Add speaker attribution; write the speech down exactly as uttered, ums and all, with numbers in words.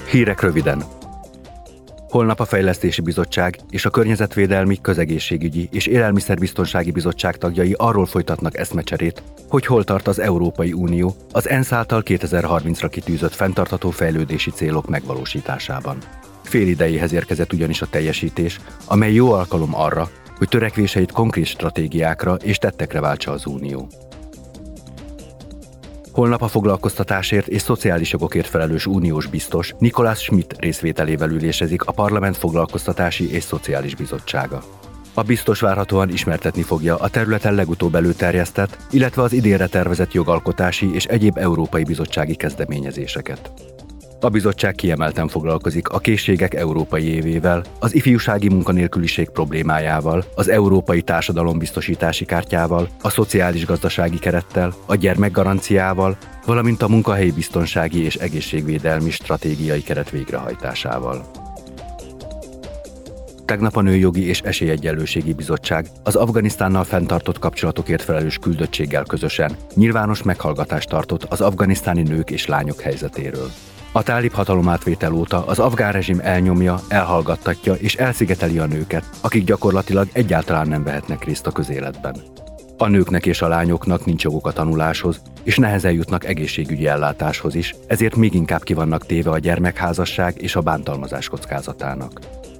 Speaker 1: Hírek röviden. Holnap a Fejlesztési Bizottság és a Környezetvédelmi, Közegészségügyi és Élelmiszerbiztonsági Bizottság tagjai arról folytatnak eszmecserét, hogy hol tart az Európai Unió az ENSZ által kétezer-harmincra kitűzött fenntartható fejlődési célok megvalósításában. Fél idejéhez érkezett ugyanis a teljesítés, amely jó alkalom arra, hogy törekvéseit konkrét stratégiákra és tettekre váltsa az Unió. Holnap a foglalkoztatásért és szociális jogokért felelős uniós biztos Nicolas Schmit részvételével ülésezik a Parlament Foglalkoztatási és Szociális Bizottsága. A biztos várhatóan ismertetni fogja a területen legutóbb előterjesztett, illetve az idénre tervezett jogalkotási és egyéb európai bizottsági kezdeményezéseket. A bizottság kiemelten foglalkozik a készségek európai évével, az ifjúsági munkanélküliség problémájával, az európai társadalombiztosítási kártyával, a szociális-gazdasági kerettel, a gyermekgaranciával, valamint a munkahelyi biztonsági és egészségvédelmi stratégiai keret végrehajtásával. Tegnap a Nőjogi és Esélyegyenlőségi Bizottság az Afganisztánnal fenntartott kapcsolatokért felelős küldöttséggel közösen nyilvános meghallgatást tartott az afganisztáni nők és lányok helyzetéről. A tálib hatalomátvétel óta az afgán rezsim elnyomja, elhallgattatja és elszigeteli a nőket, akik gyakorlatilag egyáltalán nem vehetnek részt a közéletben. A nőknek és a lányoknak nincs joguk a tanuláshoz, és nehezen jutnak egészségügyi ellátáshoz is, ezért még inkább ki vannak téve a gyermekházasság és a bántalmazás kockázatának.